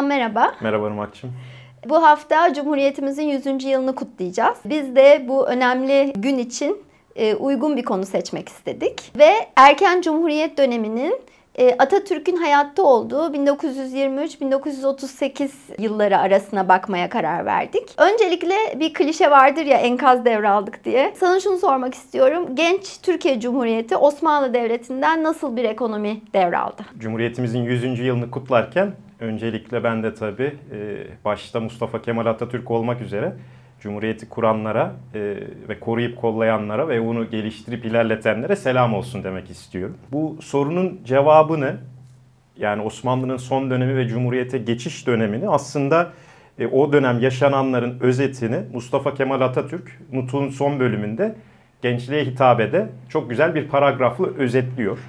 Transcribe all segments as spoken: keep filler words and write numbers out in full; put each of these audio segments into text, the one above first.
merhaba. Merhaba Irmak'cığım. Bu hafta Cumhuriyetimizin yüzüncü yılını kutlayacağız. Biz de bu önemli gün için uygun bir konu seçmek istedik. Ve erken Cumhuriyet döneminin Atatürk'ün hayatta olduğu bin dokuz yüz yirmi üç bin dokuz yüz otuz sekiz yılları arasına bakmaya karar verdik. Öncelikle bir klişe vardır ya, enkaz devraldık diye. Sana şunu sormak istiyorum. Genç Türkiye Cumhuriyeti Osmanlı Devleti'nden nasıl bir ekonomi devraldı? Cumhuriyetimizin yüzüncü yılını kutlarken öncelikle ben de tabii başta Mustafa Kemal Atatürk olmak üzere Cumhuriyeti kuranlara ve koruyup kollayanlara ve onu geliştirip ilerletenlere selam olsun demek istiyorum. Bu sorunun cevabını, yani Osmanlı'nın son dönemi ve Cumhuriyete geçiş dönemini, aslında o dönem yaşananların özetini Mustafa Kemal Atatürk Nutuk'un son bölümünde gençliğe hitabede çok güzel bir paragrafla özetliyor.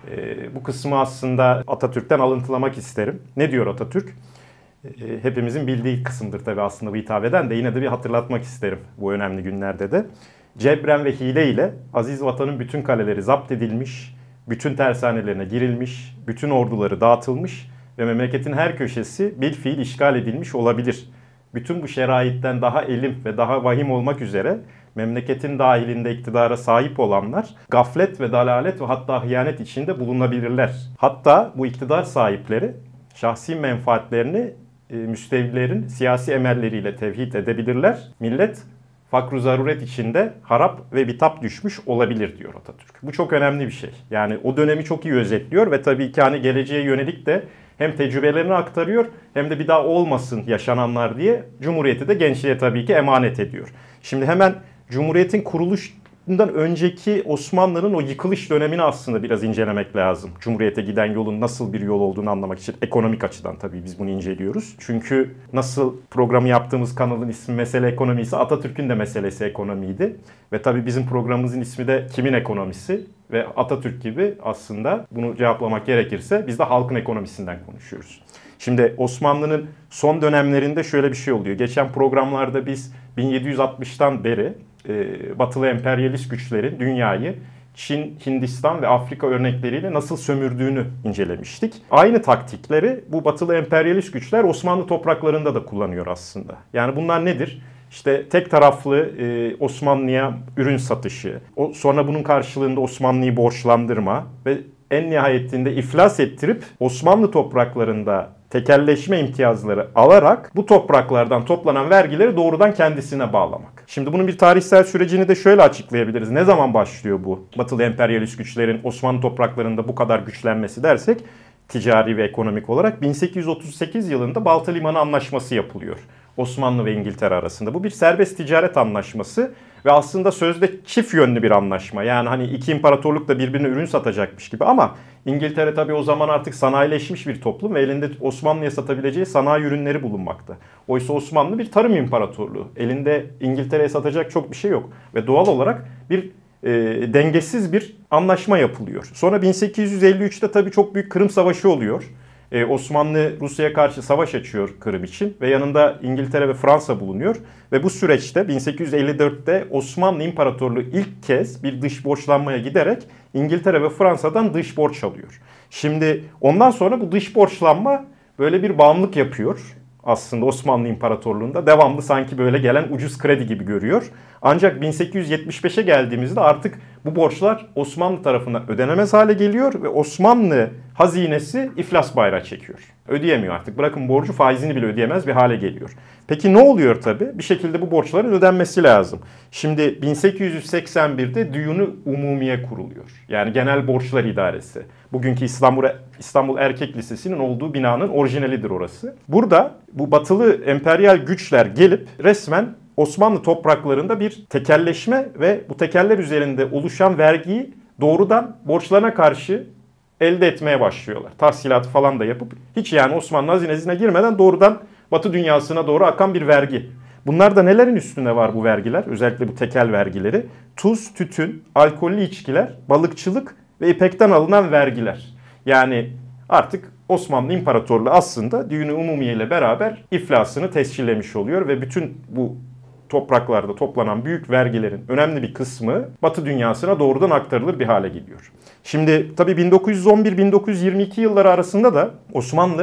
Bu kısmı aslında Atatürk'ten alıntılamak isterim. Ne diyor Atatürk? Hepimizin bildiği kısımdır tabii aslında bu hitap eden, de yine de bir hatırlatmak isterim bu önemli günlerde de. Cebren ve hile ile aziz vatanın bütün kaleleri zapt edilmiş, bütün tersanelerine girilmiş, bütün orduları dağıtılmış ve memleketin her köşesi bilfiil işgal edilmiş olabilir. Bütün bu şeraitten daha elim ve daha vahim olmak üzere memleketin dahilinde iktidara sahip olanlar gaflet ve dalalet ve hatta hıyanet içinde bulunabilirler. Hatta bu iktidar sahipleri şahsi menfaatlerini müstevlilerin siyasi emelleriyle tevhid edebilirler. Millet fakr-ı zaruret içinde harap ve bitap düşmüş olabilir diyor Atatürk. Bu çok önemli bir şey. Yani o dönemi çok iyi özetliyor ve tabii ki hani geleceğe yönelik de hem tecrübelerini aktarıyor hem de bir daha olmasın yaşananlar diye Cumhuriyeti de gençliğe tabii ki emanet ediyor. Şimdi hemen Cumhuriyet'in kuruluşundan önceki Osmanlı'nın o yıkılış dönemini aslında biraz incelemek lazım. Cumhuriyete giden yolun nasıl bir yol olduğunu anlamak için, ekonomik açıdan tabii biz bunu inceliyoruz. Çünkü nasıl programı yaptığımız kanalın ismi Mesele Ekonomi ise Atatürk'ün de meselesi ekonomiydi. Ve tabii bizim programımızın ismi de Kimin Ekonomisi? Ve Atatürk gibi aslında bunu cevaplamak gerekirse biz de halkın ekonomisinden konuşuyoruz. Şimdi Osmanlı'nın son dönemlerinde şöyle bir şey oluyor. Geçen programlarda biz bin yedi yüz altmıştan beri e, batılı emperyalist güçlerin dünyayı Çin, Hindistan ve Afrika örnekleriyle nasıl sömürdüğünü incelemiştik. Aynı taktikleri bu batılı emperyalist güçler Osmanlı topraklarında da kullanıyor aslında. Yani bunlar nedir? İşte tek taraflı e, Osmanlı'ya ürün satışı, o, sonra bunun karşılığında Osmanlı'yı borçlandırma ve en nihayetinde iflas ettirip Osmanlı topraklarında tekelleşme imtiyazları alarak bu topraklardan toplanan vergileri doğrudan kendisine bağlamak. Şimdi bunun bir tarihsel sürecini de şöyle açıklayabiliriz. Ne zaman başlıyor bu batılı emperyalist güçlerin Osmanlı topraklarında bu kadar güçlenmesi dersek, ticari ve ekonomik olarak bin sekiz yüz otuz sekiz yılında Balta Limanı Anlaşması yapılıyor Osmanlı ve İngiltere arasında. Bu bir serbest ticaret anlaşması ve aslında sözde çift yönlü bir anlaşma. Yani hani iki imparatorluk da birbirine ürün satacakmış gibi, ama İngiltere tabii o zaman artık sanayileşmiş bir toplum ve elinde Osmanlı'ya satabileceği sanayi ürünleri bulunmakta. Oysa Osmanlı bir tarım imparatorluğu. Elinde İngiltere'ye satacak çok bir şey yok ve doğal olarak bir e, dengesiz bir anlaşma yapılıyor. Sonra bin sekiz yüz elli üçte tabii çok büyük Kırım Savaşı oluyor. Ee, Osmanlı Rusya'ya karşı savaş açıyor Kırım için ve yanında İngiltere ve Fransa bulunuyor. Ve bu süreçte bin sekiz yüz elli dörtte Osmanlı İmparatorluğu ilk kez bir dış borçlanmaya giderek İngiltere ve Fransa'dan dış borç alıyor. Şimdi ondan sonra bu dış borçlanma böyle bir bağımlılık yapıyor aslında Osmanlı İmparatorluğu'nda. Devamlı sanki böyle gelen ucuz kredi gibi görüyor. Ancak bin sekiz yüz yetmiş beşe geldiğimizde artık bu borçlar Osmanlı tarafından ödenemez hale geliyor ve Osmanlı hazinesi iflas bayrağı çekiyor. Ödeyemiyor artık. Bırakın borcu, faizini bile ödeyemez bir hale geliyor. Peki ne oluyor tabii? Bir şekilde bu borçların ödenmesi lazım. Şimdi bin sekiz yüz seksen birde Düyunu Umumiye kuruluyor. Yani Genel Borçlar İdaresi. Bugünkü İstanbul, İstanbul Erkek Lisesi'nin olduğu binanın orijinalidir orası. Burada bu batılı emperyal güçler gelip resmen Osmanlı topraklarında bir tekelleşme ve bu tekeller üzerinde oluşan vergiyi doğrudan borçlarına karşı elde etmeye başlıyorlar. Tahsilatı falan da yapıp hiç yani Osmanlı hazinesine girmeden doğrudan Batı dünyasına doğru akan bir vergi. Bunlarda nelerin üstüne var bu vergiler? Özellikle bu tekel vergileri. Tuz, tütün, alkollü içkiler, balıkçılık ve ipekten alınan vergiler. Yani artık Osmanlı İmparatorluğu aslında Düyunu Umumiye ile beraber iflasını tescillemiş oluyor ve bütün bu topraklarda toplanan büyük vergilerin önemli bir kısmı Batı dünyasına doğrudan aktarılır bir hale geliyor. Şimdi tabii bin dokuz yüz on bir bin dokuz yüz yirmi iki yılları arasında da Osmanlı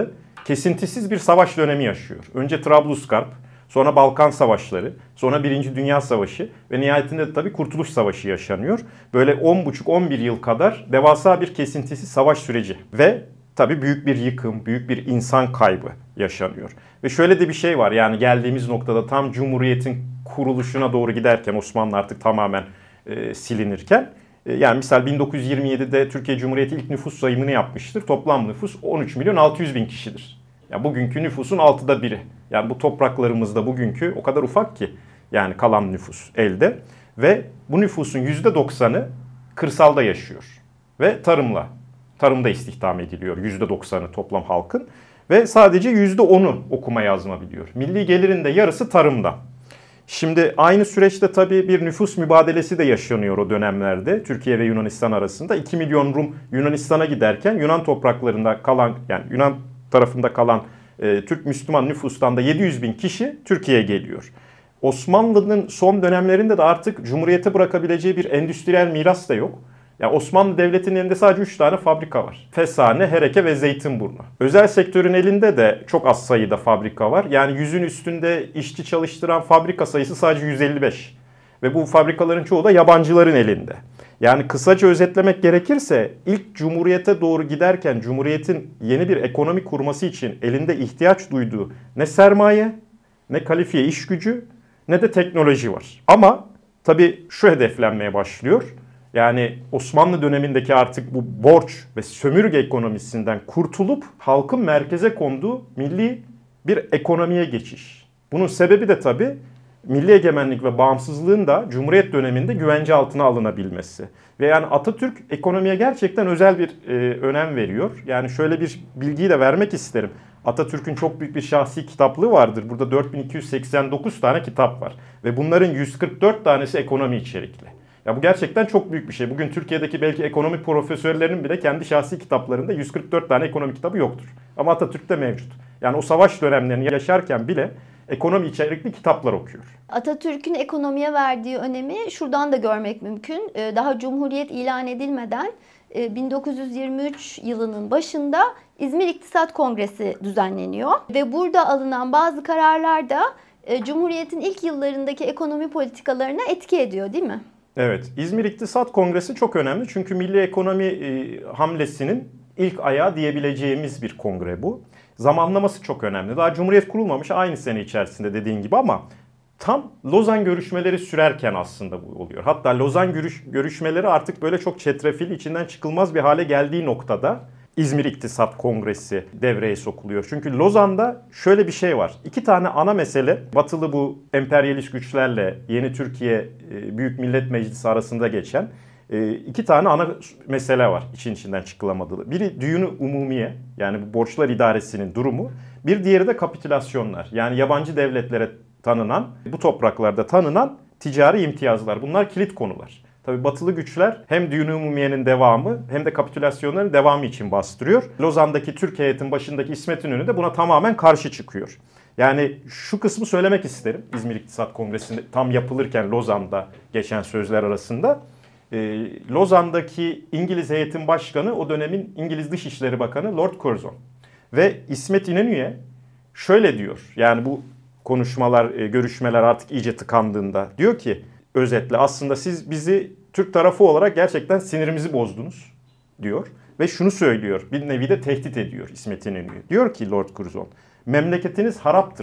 kesintisiz bir savaş dönemi yaşıyor. Önce Trablusgarp, sonra Balkan Savaşları, sonra Birinci Dünya Savaşı ve nihayetinde de tabii Kurtuluş Savaşı yaşanıyor. Böyle on buçuk on bir yıl kadar devasa bir kesintisiz savaş süreci ve tabii büyük bir yıkım, büyük bir insan kaybı yaşanıyor. Ve şöyle de bir şey var, yani geldiğimiz noktada tam Cumhuriyet'in kuruluşuna doğru giderken, Osmanlı artık tamamen e, silinirken, e, yani misal bin dokuz yüz yirmi yedide Türkiye Cumhuriyeti ilk nüfus sayımını yapmıştır. Toplam nüfus on üç milyon altı yüz bin kişidir. Yani bugünkü nüfusun altıda biri. Yani bu topraklarımızda bugünkü o kadar ufak ki yani kalan nüfus elde. Ve bu nüfusun yüzde doksanı kırsalda yaşıyor. Ve tarımla, tarımda istihdam ediliyor yüzde doksanı toplam halkın. Ve sadece yüzde onu okuma yazma biliyor. Milli gelirin de yarısı tarımda. Şimdi aynı süreçte tabii bir nüfus mübadelesi de yaşanıyor o dönemlerde Türkiye ve Yunanistan arasında. iki milyon Rum Yunanistan'a giderken Yunan topraklarında kalan, yani Yunan tarafında kalan e, Türk Müslüman nüfustan da yedi yüz bin kişi Türkiye'ye geliyor. Osmanlı'nın son dönemlerinde de artık Cumhuriyete bırakabileceği bir endüstriyel miras da yok. Yani Osmanlı Devleti'nin elinde sadece üç tane fabrika var. Fesane, Hereke ve Zeytinburnu. Özel sektörün elinde de çok az sayıda fabrika var. Yani yüzün üstünde işçi çalıştıran fabrika sayısı sadece yüz elli beş. Ve bu fabrikaların çoğu da yabancıların elinde. Yani kısaca özetlemek gerekirse ilk Cumhuriyete doğru giderken Cumhuriyet'in yeni bir ekonomi kurması için elinde ihtiyaç duyduğu ne sermaye, ne kalifiye iş gücü, ne de teknoloji var. Ama tabii şu hedeflenmeye başlıyor. Yani Osmanlı dönemindeki artık bu borç ve sömürge ekonomisinden kurtulup halkın merkeze konduğu milli bir ekonomiye geçiş. Bunun sebebi de tabii milli egemenlik ve bağımsızlığın da Cumhuriyet döneminde güvence altına alınabilmesi. Ve yani Atatürk ekonomiye gerçekten özel bir e, önem veriyor. Yani şöyle bir bilgiyi de vermek isterim. Atatürk'ün çok büyük bir şahsi kitaplığı vardır. Burada dört bin iki yüz seksen dokuz tane kitap var. Ve bunların yüz kırk dört tanesi ekonomi içerikli. Ya bu gerçekten çok büyük bir şey. Bugün Türkiye'deki belki ekonomi profesörlerinin bile kendi şahsi kitaplarında yüz kırk dört tane ekonomi kitabı yoktur. Ama Atatürk'te mevcut. Yani o savaş dönemlerini yaşarken bile ekonomi içerikli kitaplar okuyor. Atatürk'ün ekonomiye verdiği önemi şuradan da görmek mümkün. Daha Cumhuriyet ilan edilmeden bin dokuz yüz yirmi üç yılının başında İzmir İktisat Kongresi düzenleniyor. Ve burada alınan bazı kararlar da Cumhuriyet'in ilk yıllarındaki ekonomi politikalarına etki ediyor, değil mi? Evet, İzmir İktisat Kongresi çok önemli çünkü milli ekonomi e, hamlesinin ilk ayağı diyebileceğimiz bir kongre bu. Zamanlaması çok önemli. Daha Cumhuriyet kurulmamış, aynı sene içerisinde dediğin gibi, ama tam Lozan görüşmeleri sürerken aslında bu oluyor. Hatta Lozan görüş, görüşmeleri artık böyle çok çetrefilli, içinden çıkılmaz bir hale geldiği noktada İzmir İktisat Kongresi devreye sokuluyor. Çünkü Lozan'da şöyle bir şey var. İki tane ana mesele, batılı bu emperyalist güçlerle yeni Türkiye Büyük Millet Meclisi arasında geçen iki tane ana mesele var için içinden çıkılamadığı. Biri düğünü umumiye, yani bu borçlar idaresinin durumu. Bir diğeri de kapitülasyonlar, yani yabancı devletlere tanınan, bu topraklarda tanınan ticari imtiyazlar. Bunlar kilit konular. Tabii batılı güçler hem düğün-i umumiyenin devamı hem de kapitülasyonların devamı için bastırıyor. Lozan'daki Türk heyetin başındaki İsmet İnönü de buna tamamen karşı çıkıyor. Yani şu kısmı söylemek isterim. İzmir İktisat Kongresi'nde tam yapılırken Lozan'da geçen sözler arasında. Ee, Lozan'daki İngiliz heyetin başkanı o dönemin İngiliz Dışişleri Bakanı Lord Curzon. Ve İsmet İnönü'ye şöyle diyor. Yani bu konuşmalar, görüşmeler artık iyice tıkandığında diyor ki, özetle aslında siz bizi Türk tarafı olarak gerçekten sinirimizi bozdunuz diyor. Ve şunu söylüyor, bir nevi de tehdit ediyor İsmet İnönü'yü. Diyor ki Lord Curzon, memleketiniz haraptır.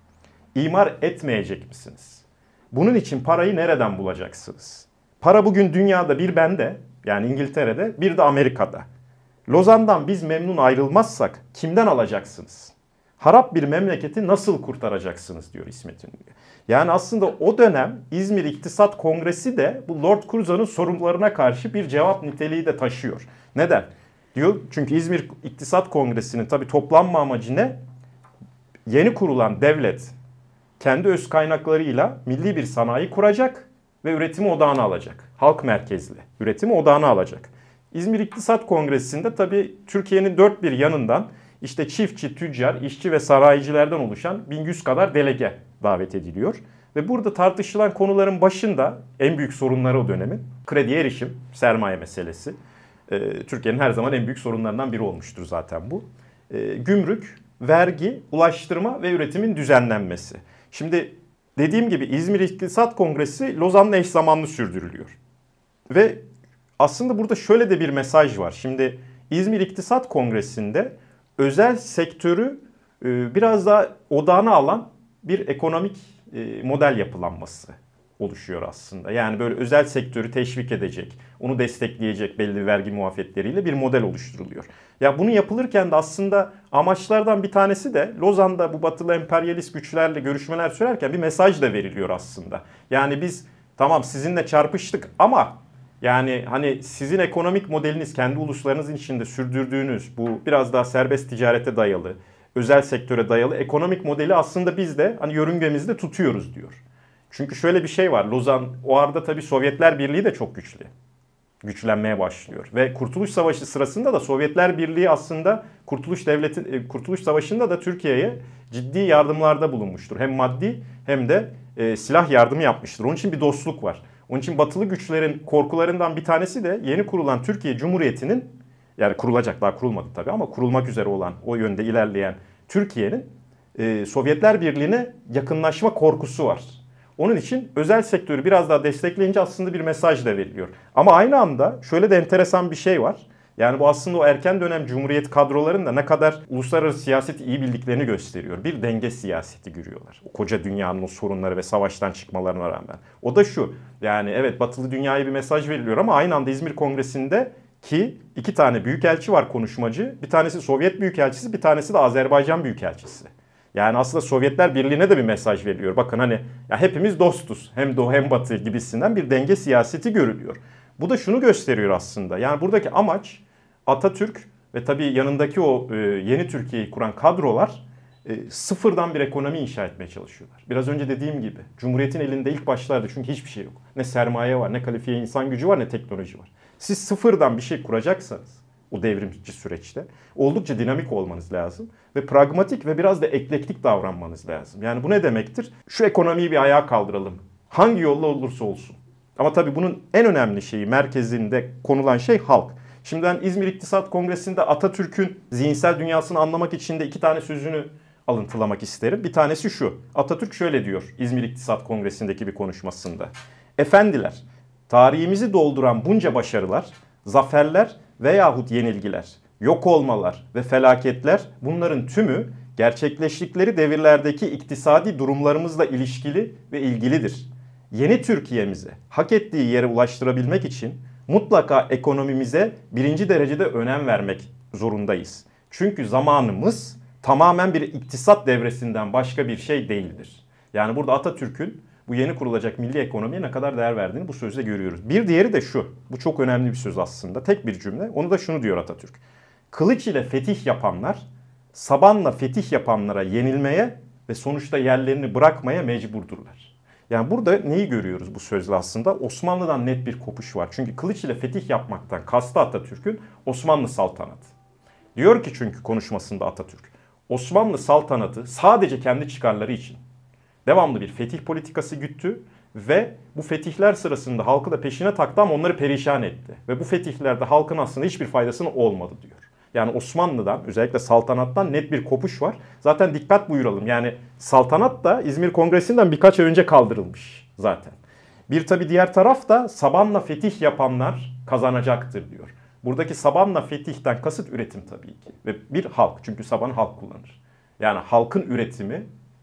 İmar etmeyecek misiniz? Bunun için parayı nereden bulacaksınız? Para bugün dünyada bir bende, yani İngiltere'de, bir de Amerika'da. Lozan'dan biz memnun ayrılmazsak kimden alacaksınız? Harap bir memleketi nasıl kurtaracaksınız diyor İsmet İnönü. Yani aslında o dönem İzmir İktisat Kongresi de bu Lord Curzon'un sorunlarına karşı bir cevap niteliği de taşıyor. Neden? Diyor çünkü İzmir İktisat Kongresi'nin tabii toplanma amacı ne? Yeni kurulan devlet kendi öz kaynaklarıyla milli bir sanayi kuracak ve üretimi odağına alacak. Halk merkezli üretimi odağına alacak. İzmir İktisat Kongresi'nde tabii Türkiye'nin dört bir yanından işte çiftçi, tüccar, işçi ve sanayicilerden oluşan bin yüz kadar delege davet ediliyor. Ve burada tartışılan konuların başında en büyük sorunları o dönemin krediye erişim, sermaye meselesi. Ee, Türkiye'nin her zaman en büyük sorunlarından biri olmuştur zaten bu. Ee, gümrük vergi, ulaştırma ve üretimin düzenlenmesi. Şimdi dediğim gibi İzmir İktisat Kongresi Lozan'la eş zamanlı sürdürülüyor. Ve aslında burada şöyle de bir mesaj var. Şimdi İzmir İktisat Kongresi'nde özel sektörü biraz daha odağına alan bir ekonomik model yapılanması oluşuyor aslında. Yani böyle özel sektörü teşvik edecek, onu destekleyecek belli vergi muafetleriyle bir model oluşturuluyor. Ya bunu yapılırken de aslında amaçlardan bir tanesi de Lozan'da bu batılı emperyalist güçlerle görüşmeler sürerken bir mesaj da veriliyor aslında. Yani biz tamam sizinle çarpıştık ama yani hani sizin ekonomik modeliniz kendi uluslarınızın içinde sürdürdüğünüz bu biraz daha serbest ticarete dayalı, özel sektöre dayalı ekonomik modeli aslında biz de hani yörüngemizde tutuyoruz diyor. Çünkü şöyle bir şey var. Lozan o arada tabii Sovyetler Birliği de çok güçlü. Güçlenmeye başlıyor. Ve Kurtuluş Savaşı sırasında da Sovyetler Birliği aslında Kurtuluş Devleti Kurtuluş Savaşı'nda da Türkiye'ye ciddi yardımlarda bulunmuştur. Hem maddi hem de e, silah yardımı yapmıştır. Onun için bir dostluk var. Onun için batılı güçlerin korkularından bir tanesi de yeni kurulan Türkiye Cumhuriyeti'nin, yani kurulacak, daha kurulmadı tabii ama kurulmak üzere olan, o yönde ilerleyen Türkiye'nin e, Sovyetler Birliği'ne yakınlaşma korkusu var. Onun için özel sektörü biraz daha destekleyince aslında bir mesaj da veriliyor. Ama aynı anda şöyle de enteresan bir şey var. Yani bu aslında o erken dönem Cumhuriyet kadrolarının da ne kadar uluslararası siyaseti iyi bildiklerini gösteriyor. Bir denge siyaseti görüyorlar. O koca dünyanın o sorunları ve savaştan çıkmalarına rağmen. O da şu, yani evet batılı dünyaya bir mesaj veriliyor ama aynı anda İzmir Kongresi'nde ki iki tane büyükelçi var konuşmacı. Bir tanesi Sovyet Büyükelçisi, bir tanesi de Azerbaycan Büyükelçisi. Yani aslında Sovyetler Birliği'ne de bir mesaj veriliyor. Bakın hani ya hepimiz dostuz. Hem Doğu hem Batı gibisinden bir denge siyaseti görülüyor. Bu da şunu gösteriyor aslında. Yani buradaki amaç Atatürk ve tabii yanındaki o e, yeni Türkiye'yi kuran kadrolar e, sıfırdan bir ekonomi inşa etmeye çalışıyorlar. Biraz önce dediğim gibi Cumhuriyet'in elinde ilk başlarda çünkü hiçbir şey yok. Ne sermaye var, ne kalifiye insan gücü var, ne teknoloji var. Siz sıfırdan bir şey kuracaksanız o devrimci süreçte oldukça dinamik olmanız lazım ve pragmatik ve biraz da eklektik davranmanız lazım. Yani bu ne demektir? Şu ekonomiyi bir ayağa kaldıralım. Hangi yolla olursa olsun. Ama tabii bunun en önemli şeyi, merkezinde konulan şey halk. Şimdi ben İzmir İktisat Kongresi'nde Atatürk'ün zihinsel dünyasını anlamak için de iki tane sözünü alıntılamak isterim. Bir tanesi şu. Atatürk şöyle diyor İzmir İktisat Kongresi'ndeki bir konuşmasında. Efendiler, tarihimizi dolduran bunca başarılar, zaferler veyahut yenilgiler, yok olmalar ve felaketler bunların tümü gerçekleştikleri devirlerdeki iktisadi durumlarımızla ilişkili ve ilgilidir. Yeni Türkiye'mizi hak ettiği yere ulaştırabilmek için mutlaka ekonomimize birinci derecede önem vermek zorundayız. Çünkü zamanımız tamamen bir iktisat devresinden başka bir şey değildir. Yani burada Atatürk'ün bu yeni kurulacak milli ekonomiye ne kadar değer verdiğini bu sözde görüyoruz. Bir diğeri de şu, bu çok önemli bir söz aslında, tek bir cümle. Onu da şunu diyor Atatürk. Kılıç ile fetih yapanlar, sabanla fetih yapanlara yenilmeye ve sonuçta yerlerini bırakmaya mecburdurlar. Yani burada neyi görüyoruz bu sözle aslında? Osmanlı'dan net bir kopuş var. Çünkü kılıç ile fetih yapmaktan kastı Atatürk'ün Osmanlı saltanatı. Diyor ki çünkü konuşmasında Atatürk, Osmanlı saltanatı sadece kendi çıkarları için devamlı bir fetih politikası güttü ve bu fetihler sırasında halkı da peşine taktı ama onları perişan etti. Ve bu fetihlerde halkın aslında hiçbir faydasının olmadı diyor. Yani Osmanlı'dan, özellikle saltanattan net bir kopuş var. Zaten dikkat buyuralım, yani saltanat da İzmir Kongresi'nden birkaç ay önce kaldırılmış zaten. Bir tabi diğer taraf da sabanla fetih yapanlar kazanacaktır diyor. Buradaki sabanla fetihten kasıt üretim tabii ki. Ve bir halk, çünkü sabanı halk kullanır. Yani halkın üretimi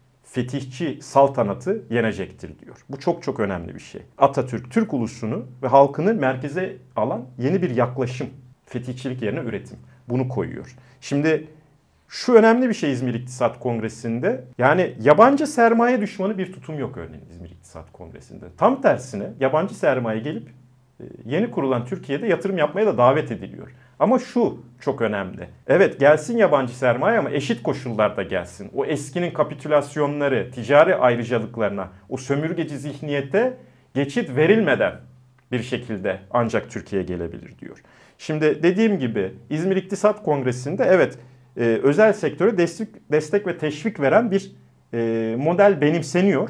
fetihçi saltanatı yenecektir diyor. Bu çok çok önemli bir şey. Atatürk, Türk ulusunu ve halkını merkeze alan yeni bir yaklaşım. Fetihçilik yerine üretim. Bunu koyuyor. Şimdi şu önemli bir şey İzmir İktisat Kongresi'nde. Yani yabancı sermaye düşmanı bir tutum yok örneğin İzmir İktisat Kongresi'nde. Tam tersine yabancı sermaye gelip yeni kurulan Türkiye'de yatırım yapmaya da davet ediliyor. Ama şu çok önemli. Evet, gelsin yabancı sermaye ama eşit koşullarda gelsin. O eskinin kapitülasyonları, ticari ayrıcalıklarına, o sömürgeci zihniyete geçit verilmeden bir şekilde ancak Türkiye gelebilir diyor. Şimdi dediğim gibi İzmir İktisat Kongresi'nde evet e, özel sektöre destek, destek ve teşvik veren bir e, model benimseniyor.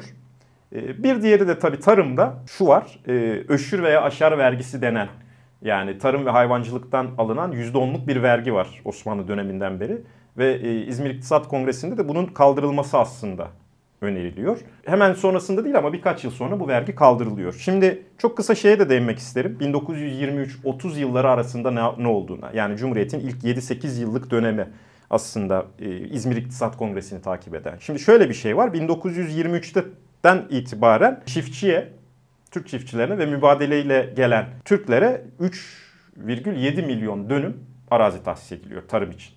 E, bir diğeri de tabii tarımda şu var, e, öşür veya aşar vergisi denen, yani tarım ve hayvancılıktan alınan yüzde onluk bir vergi var Osmanlı döneminden beri. ve e, İzmir İktisat Kongresi'nde de bunun kaldırılması aslında öneriliyor. Hemen sonrasında değil ama birkaç yıl sonra bu vergi kaldırılıyor. Şimdi çok kısa şeye de değinmek isterim. bin dokuz yüz yirmi üç otuz yılları arasında ne, ne olduğuna. Yani Cumhuriyet'in ilk yedi sekiz yıllık dönemi aslında e, İzmir İktisat Kongresi'ni takip eden. Şimdi şöyle bir şey var. bin dokuz yüz yirmi üçten itibaren çiftçiye, Türk çiftçilerine ve mübadeleyle gelen Türklere üç virgül yedi milyon dönüm arazi tahsis ediliyor tarım için.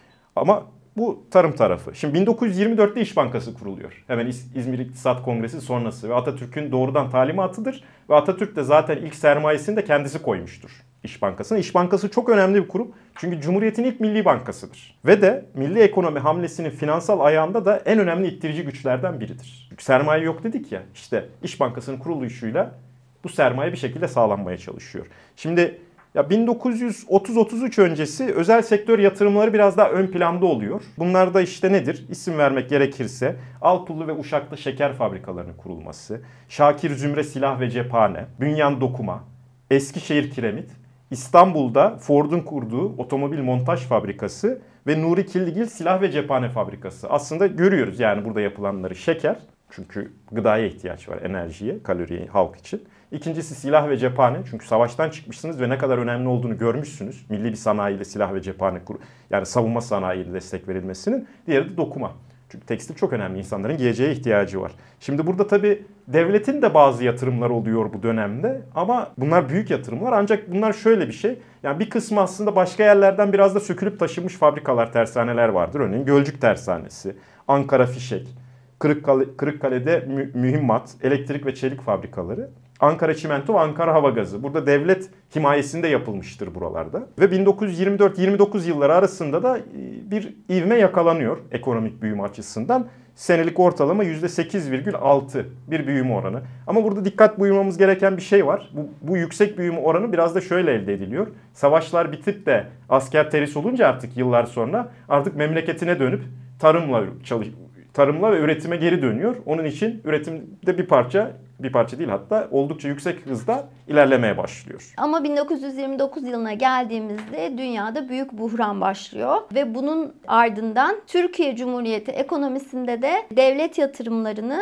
Ama bu tarım tarafı. Şimdi bin dokuz yüz yirmi dörtte İş Bankası kuruluyor. Hemen İzmir İktisat Kongresi sonrası ve Atatürk'ün doğrudan talimatıdır. Ve Atatürk de zaten ilk sermayesini de kendisi koymuştur İş Bankası'na. İş Bankası çok önemli bir kurum. Çünkü Cumhuriyet'in ilk milli bankasıdır. Ve de milli ekonomi hamlesinin finansal ayağında da en önemli ittirici güçlerden biridir. Çünkü sermaye yok dedik ya. İşte İş Bankası'nın kuruluşuyla bu sermaye bir şekilde sağlanmaya çalışıyor. Şimdi ya bin dokuz yüz otuz otuz üç öncesi özel sektör yatırımları biraz daha ön planda oluyor. Bunlar da işte nedir? İsim vermek gerekirse Alpullu ve Uşak'ta şeker fabrikalarının kurulması, Şakir Zümre Silah ve Cephane, Bünyan Dokuma, Eskişehir Kiremit, İstanbul'da Ford'un kurduğu otomobil montaj fabrikası ve Nuri Killigil Silah ve Cephane Fabrikası. Aslında görüyoruz yani burada yapılanları. Şeker, çünkü gıdaya ihtiyaç var, enerjiye, kaloriye, halk için. İkincisi silah ve cephane. Çünkü savaştan çıkmışsınız ve ne kadar önemli olduğunu görmüşsünüz. Milli bir sanayiyle silah ve cephane, yani savunma sanayiyle destek verilmesinin. Diğeri de dokuma. Çünkü tekstil çok önemli. İnsanların giyeceğe ihtiyacı var. Şimdi burada tabii devletin de bazı yatırımlar oluyor bu dönemde. Ama bunlar büyük yatırımlar. Ancak bunlar şöyle bir şey. Yani bir kısmı aslında başka yerlerden biraz da sökülüp taşınmış fabrikalar, tersaneler vardır. Örneğin Gölcük Tersanesi, Ankara Fişek, Kırıkkale, Kırıkkale'de mü, mühimmat, elektrik ve çelik fabrikaları. Ankara Çimento ve Ankara Hava Gazı. Burada devlet himayesinde yapılmıştır buralarda. Ve bin dokuz yüz yirmi dört yirmi dokuz yılları arasında da bir ivme yakalanıyor ekonomik büyüme açısından. Senelik ortalama yüzde sekiz virgül altı bir büyüme oranı. Ama burada dikkat buyurmamız gereken bir şey var. Bu, bu yüksek büyüme oranı biraz da şöyle elde ediliyor. Savaşlar bitip de asker terhis olunca artık yıllar sonra artık memleketine dönüp tarımla çalış tarımla ve üretime geri dönüyor. Onun için üretimde bir parça, bir parça değil hatta oldukça yüksek hızda ilerlemeye başlıyor. Ama bin dokuz yüz yirmi dokuz yılına geldiğimizde dünyada büyük buhran başlıyor ve bunun ardından Türkiye Cumhuriyeti ekonomisinde de devlet yatırımlarını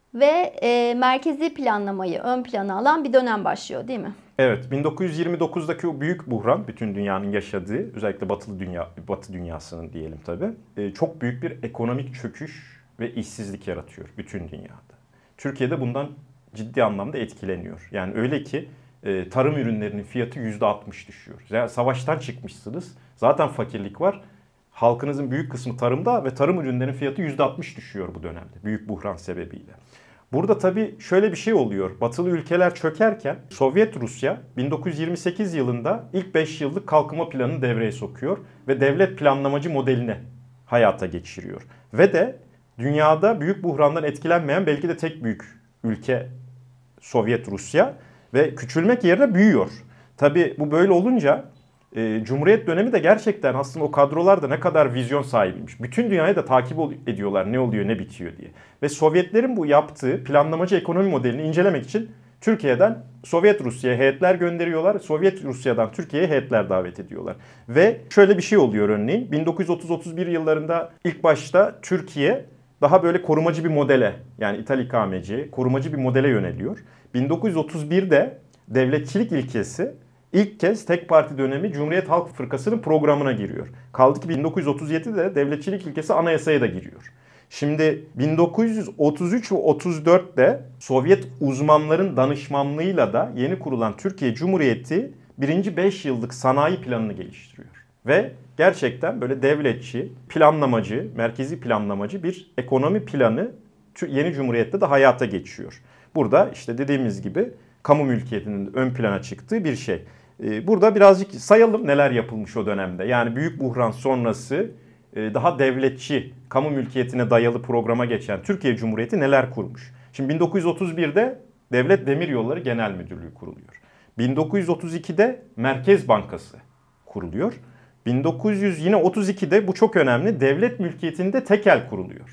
ve e, merkezi planlamayı ön plana alan bir dönem başlıyor, değil mi? Evet, bin dokuz yüz yirmi dokuzdaki o büyük buhran, bütün dünyanın yaşadığı, özellikle batılı dünya, batı dünyasının diyelim tabii, e, çok büyük bir ekonomik çöküş ve işsizlik yaratıyor bütün dünyada. Türkiye'de bundan ciddi anlamda etkileniyor. Yani öyle ki e, tarım ürünlerinin fiyatı yüzde altmış düşüyor. Yani savaştan çıkmışsınız, zaten fakirlik var. Halkınızın büyük kısmı tarımda ve tarım ürünlerinin fiyatı yüzde altmış düşüyor bu dönemde, büyük buhran sebebiyle. Burada tabii şöyle bir şey oluyor. Batılı ülkeler çökerken Sovyet Rusya bin dokuz yüz yirmi sekiz yılında ilk beş yıllık kalkınma planını devreye sokuyor ve devlet planlamacı modelini hayata geçiriyor. Ve de dünyada büyük buhrandan etkilenmeyen belki de tek büyük ülke Sovyet Rusya ve küçülmek yerine büyüyor. Tabii bu böyle olunca e, Cumhuriyet dönemi de gerçekten aslında o kadrolar da ne kadar vizyon sahibiymiş. Bütün dünyayı da takip ediyorlar ne oluyor ne bitiyor diye. Ve Sovyetlerin bu yaptığı planlamacı ekonomi modelini incelemek için Türkiye'den Sovyet Rusya'ya heyetler gönderiyorlar. Sovyet Rusya'dan Türkiye'ye heyetler davet ediyorlar. Ve şöyle bir şey oluyor örneğin. bin dokuz yüz otuz otuz bir yıllarında ilk başta Türkiye daha böyle korumacı bir modele, yani ithal ikameci, korumacı bir modele yöneliyor. bin dokuz yüz otuz birde devletçilik ilkesi ilk kez tek parti dönemi Cumhuriyet Halk Fırkası'nın programına giriyor. Kaldı ki bin dokuz yüz otuz yedide devletçilik ilkesi anayasaya da giriyor. Şimdi bin dokuz yüz otuz üç ve otuz dörtte Sovyet uzmanların danışmanlığıyla da yeni kurulan Türkiye Cumhuriyeti birinci beş yıllık sanayi planını geliştiriyor. Ve gerçekten böyle devletçi, planlamacı, merkezi planlamacı bir ekonomi planı yeni Cumhuriyet'te de hayata geçiyor. Burada işte dediğimiz gibi kamu mülkiyetinin ön plana çıktığı bir şey. Burada birazcık sayalım neler yapılmış o dönemde. Yani büyük buhran sonrası daha devletçi, kamu mülkiyetine dayalı programa geçen Türkiye Cumhuriyeti neler kurmuş? Şimdi bin dokuz yüz otuz birde Devlet Demiryolları Genel Müdürlüğü kuruluyor. bin dokuz yüz otuz ikide Merkez Bankası kuruluyor. bin dokuz yüz otuz ikide bu çok önemli, devlet mülkiyetinde tekel kuruluyor.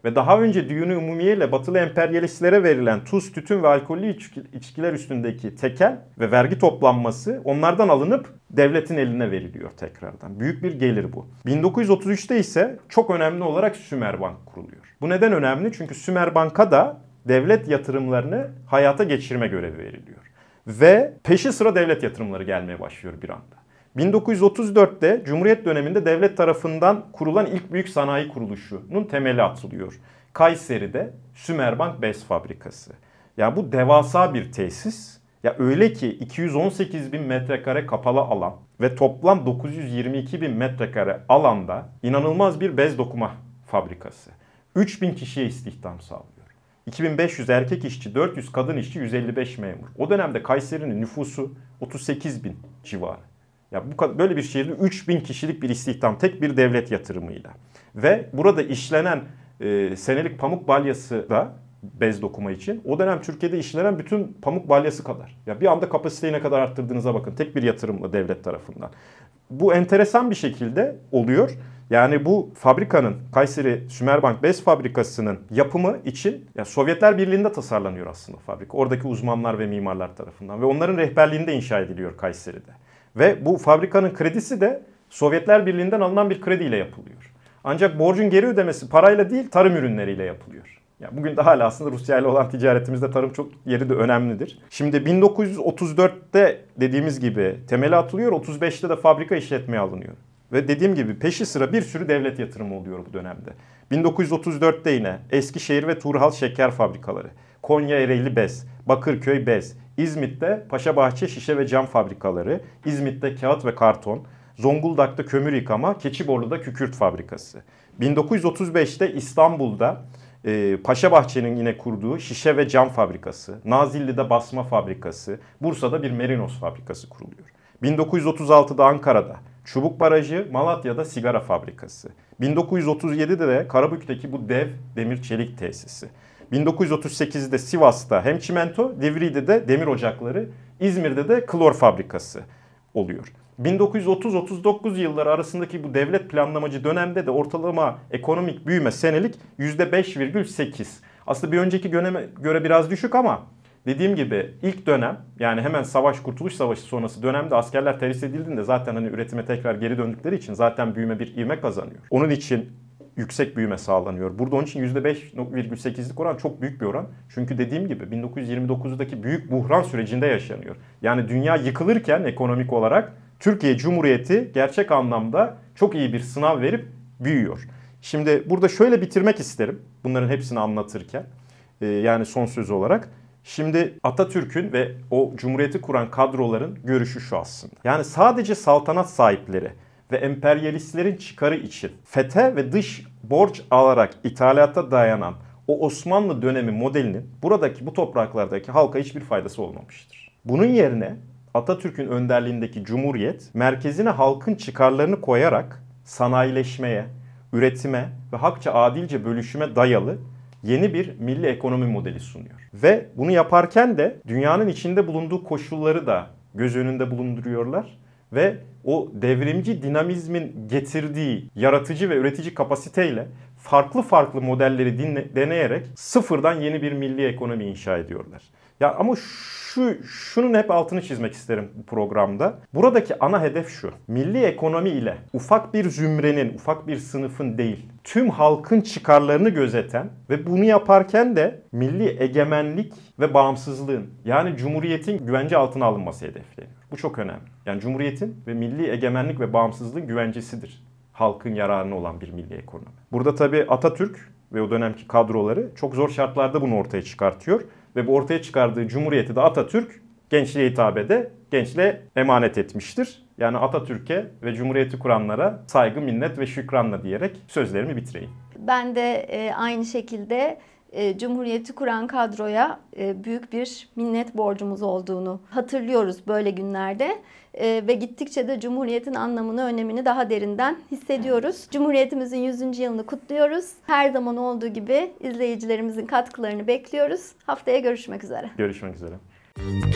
ve daha önce Diyun-i Umumiye ile batılı emperyalistlere verilen tuz, tütün ve alkollü içkiler üstündeki tekel ve vergi toplanması onlardan alınıp devletin eline veriliyor tekrardan. Büyük bir gelir bu. bin dokuz yüz otuz üçte ise çok önemli olarak Sümerbank kuruluyor. Bu neden önemli? Çünkü Sümerbank'a da devlet yatırımlarını hayata geçirme görevi veriliyor. Ve peşi sıra devlet yatırımları gelmeye başlıyor bir anda. bin dokuz yüz otuz dörtte Cumhuriyet döneminde devlet tarafından kurulan ilk büyük sanayi kuruluşunun temeli atılıyor. Kayseri'de Sümerbank Bez Fabrikası. Ya bu devasa bir tesis. Ya öyle ki iki yüz on sekiz bin metrekare kapalı alan ve toplam dokuz yüz yirmi iki bin metrekare alanda inanılmaz bir bez dokuma fabrikası. üç bin kişiye istihdam sağlıyor. iki bin beş yüz erkek işçi, dört yüz kadın işçi, yüz elli beş memur. O dönemde Kayseri'nin nüfusu otuz sekiz bin civarı. Ya bu böyle bir şehirde üç bin kişilik bir istihdam tek bir devlet yatırımıyla. Ve burada işlenen e, senelik pamuk balyası da bez dokuma için o dönem Türkiye'de işlenen bütün pamuk balyası kadar. Ya bir anda kapasiteyi ne kadar arttırdığınıza bakın tek bir yatırımla devlet tarafından. Bu enteresan bir şekilde oluyor. Yani bu fabrikanın, Kayseri Sümerbank Bez Fabrikası'nın yapımı için ya Sovyetler Birliği'nde tasarlanıyor aslında fabrika. Oradaki uzmanlar ve mimarlar tarafından ve onların rehberliğinde inşa ediliyor Kayseri'de. Ve bu fabrikanın kredisi de Sovyetler Birliği'nden alınan bir krediyle yapılıyor. Ancak borcun geri ödemesi parayla değil tarım ürünleriyle yapılıyor. Yani bugün de hala aslında Rusya ile olan ticaretimizde tarım çok yeri de önemlidir. Şimdi bin dokuz yüz otuz dörtte dediğimiz gibi temeli atılıyor, otuz beşte de fabrika işletmeye alınıyor. Ve dediğim gibi peşi sıra bir sürü devlet yatırımı oluyor bu dönemde. bin dokuz yüz otuz dörtte yine Eskişehir ve Turhal şeker fabrikaları, Konya Ereğli Bez, Bakırköy Bez, İzmit'te Paşabahçe şişe ve cam fabrikaları, İzmit'te kağıt ve karton, Zonguldak'ta kömür yıkama, Keçiborlu'da kükürt fabrikası. bin dokuz yüz otuz beşte İstanbul'da e, Paşabahçe'nin yine kurduğu şişe ve cam fabrikası, Nazilli'de basma fabrikası, Bursa'da bir merinos fabrikası kuruluyor. bin dokuz yüz otuz altıda Ankara'da Çubuk Barajı, Malatya'da sigara fabrikası. bin dokuz yüz otuz yedide de Karabük'teki bu dev demir çelik tesisi. bin dokuz yüz otuz sekizde Sivas'ta hem çimento, Divriği'de de demir ocakları, İzmir'de de klor fabrikası oluyor. bin dokuz yüz otuz otuz dokuz yılları arasındaki bu devlet planlamacı dönemde de ortalama ekonomik büyüme senelik yüzde beş virgül sekiz. Aslında bir önceki döneme göre biraz düşük ama dediğim gibi ilk dönem yani hemen savaş, Kurtuluş Savaşı sonrası dönemde askerler terhis edildiğinde zaten hani üretime tekrar geri döndükleri için zaten büyüme bir ivme kazanıyor. Onun için yüksek büyüme sağlanıyor. Burada onun için yüzde beş virgül sekizlik oran çok büyük bir oran. Çünkü dediğim gibi bin dokuz yüz yirmi dokuzdaki büyük buhran sürecinde yaşanıyor. Yani dünya yıkılırken ekonomik olarak Türkiye Cumhuriyeti gerçek anlamda çok iyi bir sınav verip büyüyor. Şimdi burada şöyle bitirmek isterim bunların hepsini anlatırken. Ee, yani son söz olarak. Şimdi Atatürk'ün ve o Cumhuriyeti kuran kadroların görüşü şu aslında. Yani sadece saltanat sahipleri ve emperyalistlerin çıkarı için fethe ve dış borç alarak ithalata dayanan o Osmanlı dönemi modelinin buradaki bu topraklardaki halka hiçbir faydası olmamıştır. Bunun yerine Atatürk'ün önderliğindeki Cumhuriyet merkezine halkın çıkarlarını koyarak sanayileşmeye, üretime ve hakça adilce bölüşüme dayalı yeni bir milli ekonomi modeli sunuyor. Ve bunu yaparken de dünyanın içinde bulunduğu koşulları da göz önünde bulunduruyorlar. Ve o devrimci dinamizmin getirdiği yaratıcı ve üretici kapasiteyle farklı farklı modelleri dinle, deneyerek sıfırdan yeni bir milli ekonomi inşa ediyorlar. Ya ama şu şunun hep altını çizmek isterim bu programda. Buradaki ana hedef şu. Milli ekonomi ile ufak bir zümrenin, ufak bir sınıfın değil, tüm halkın çıkarlarını gözeten ve bunu yaparken de milli egemenlik ve bağımsızlığın yani Cumhuriyet'in güvence altına alınması hedefleniyor. Bu çok önemli. Yani Cumhuriyet'in ve milli egemenlik ve bağımsızlığın güvencesidir. Halkın yararına olan bir milli ekonomi. Burada tabii Atatürk ve o dönemki kadroları çok zor şartlarda bunu ortaya çıkartıyor. Ve bu ortaya çıkardığı Cumhuriyeti de Atatürk gençliğe hitabede gençliğe emanet etmiştir. Yani Atatürk'e ve Cumhuriyeti kuranlara saygı, minnet ve şükranla diyerek sözlerimi bitireyim. Ben de e, aynı şekilde e, Cumhuriyeti kuran kadroya e, büyük bir minnet borcumuz olduğunu hatırlıyoruz böyle günlerde. E, ve gittikçe de Cumhuriyet'in anlamını, önemini daha derinden hissediyoruz. Cumhuriyetimizin yüzüncü yılını kutluyoruz. Her zaman olduğu gibi izleyicilerimizin katkılarını bekliyoruz. Haftaya görüşmek üzere. Görüşmek üzere.